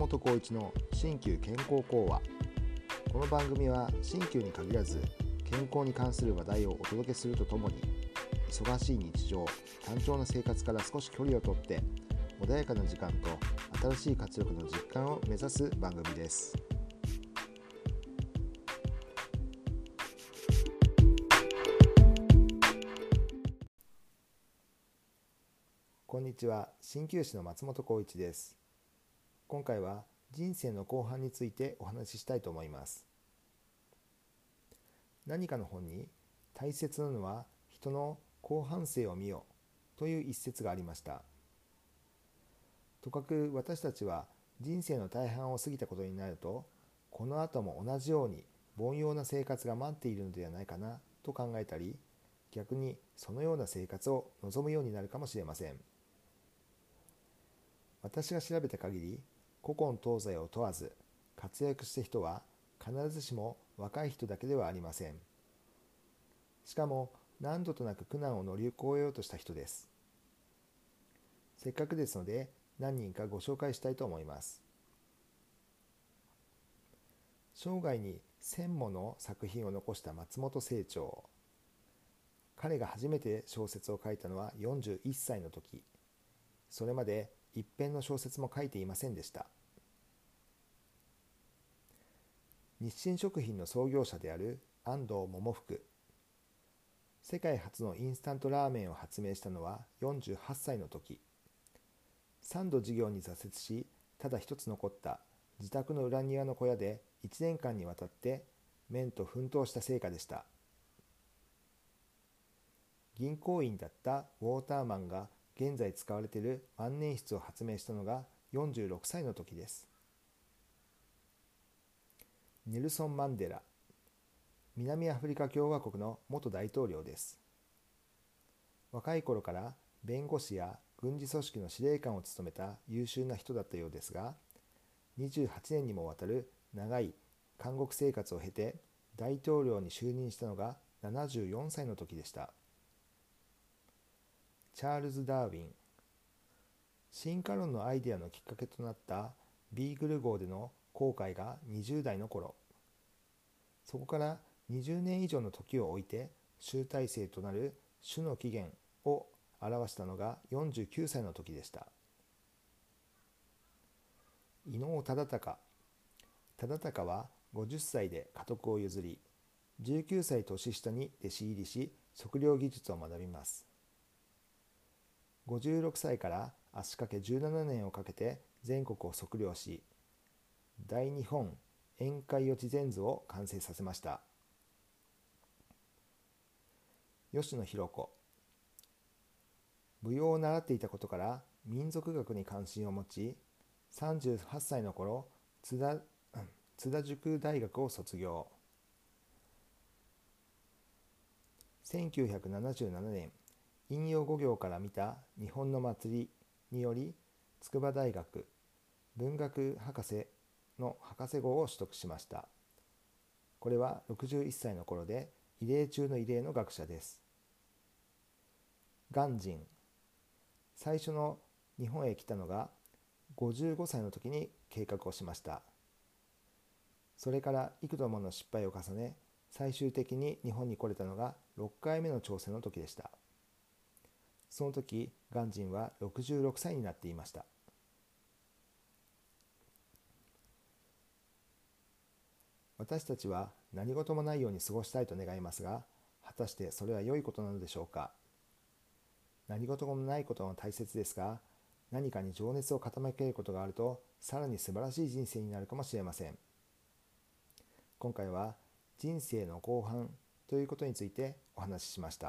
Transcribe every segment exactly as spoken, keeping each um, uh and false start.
本浩一の新旧健康講話。この番組は新旧に限らず健康に関する話題をお届けするとともに、忙しい日常、単調な生活から少し距離をとって穏やかな時間と新しい活力の実感を目指す番組です。こんにちは、鍼灸師の松本浩一です。今回は人生の後半についてお話ししたいと思います。何かの本に大切なのは人の後半生を見よという一節がありました。とかく私たちは人生の大半を過ぎたことになると、この後も同じように凡庸な生活が待っているのではないかなと考えたり、逆にそのような生活を望むようになるかもしれません。私が調べた限り、古今東西を問わず活躍した人は必ずしも若い人だけではありません。しかも何度となく苦難を乗り越えようとした人です。せっかくですので何人かご紹介したいと思います。生涯にせんもの作品を残した松本清張。彼が初めて小説を書いたのはよんじゅういっさいの時。それまで一編の小説も書いていませんでした。日清食品の創業者である安藤百福。世界初のインスタントラーメンを発明したのはよんじゅうはっさいの時。さんど事業に挫折し、ただ一つ残った自宅の裏庭の小屋でいちねんかんにわたって麺と奮闘した成果でした。銀行員だったウォーターマンが現在使われている万年筆を発明したのがよんじゅうろくさいの時です。ネルソン・マンデラ。南アフリカ共和国の元大統領です。若い頃から弁護士や軍事組織の司令官を務めた優秀な人だったようですが、にじゅうはちねんにもわたる長い監獄生活を経て大統領に就任したのがななじゅうよんさいの時でした。チャールズ・ダーウィン。進化論のアイデアのきっかけとなったビーグル号での航海がにじゅうだいの頃。そこからにじゅうねん以上の時を置いて集大成となる種の起源を表したのがよんじゅうきゅうさいの時でした。伊能忠敬。忠敬はごじゅっさいで家督を譲り、じゅうきゅうさい年下に弟子入りし、測量技術を学びます。ごじゅうろくさいから足掛けじゅうななねんをかけて全国を測量し、大日本宴会予知全図を完成させました。吉野弘子。舞踊を習っていたことから民族学に関心を持ち、さんじゅうはっさいの頃、津田、津田塾大学を卒業。せんきゅうひゃくななじゅうななねん、陰陽五行から見た日本の祭りにより、筑波大学文学博士の博士号を取得しました。これはろくじゅういっさいの頃で異例中の異例の学者です。鑑真。最初の日本へ来たのがごじゅうごさいの時に計画をしました。それから幾度もの失敗を重ね、最終的に日本に来れたのがろっかいめの挑戦の時でした。その時、鑑真はろくじゅうろくさいになっていました。私たちは何事もないように過ごしたいと願いますが、果たしてそれは良いことなのでしょうか。何事もないことも大切ですが、何かに情熱を傾けることがあると、さらに素晴らしい人生になるかもしれません。今回は人生の後半ということについてお話ししました。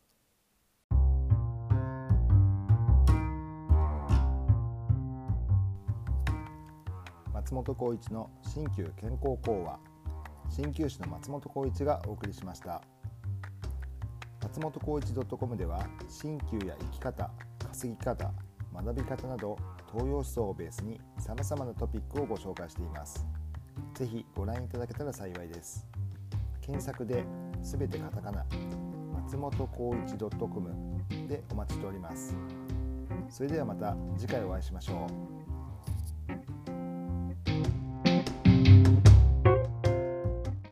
松本浩一の新旧健康講話。鍼灸師の松本浩一がお送りしました。松本浩一 .com では鍼灸や生き方、稼ぎ方、学び方など東洋思想をベースにさまざまなトピックをご紹介しています。ぜひご覧いただけたら幸いです。検索ですべてカタカナ、松本浩一 .com でお待ちしております。それではまた次回お会いしましょう。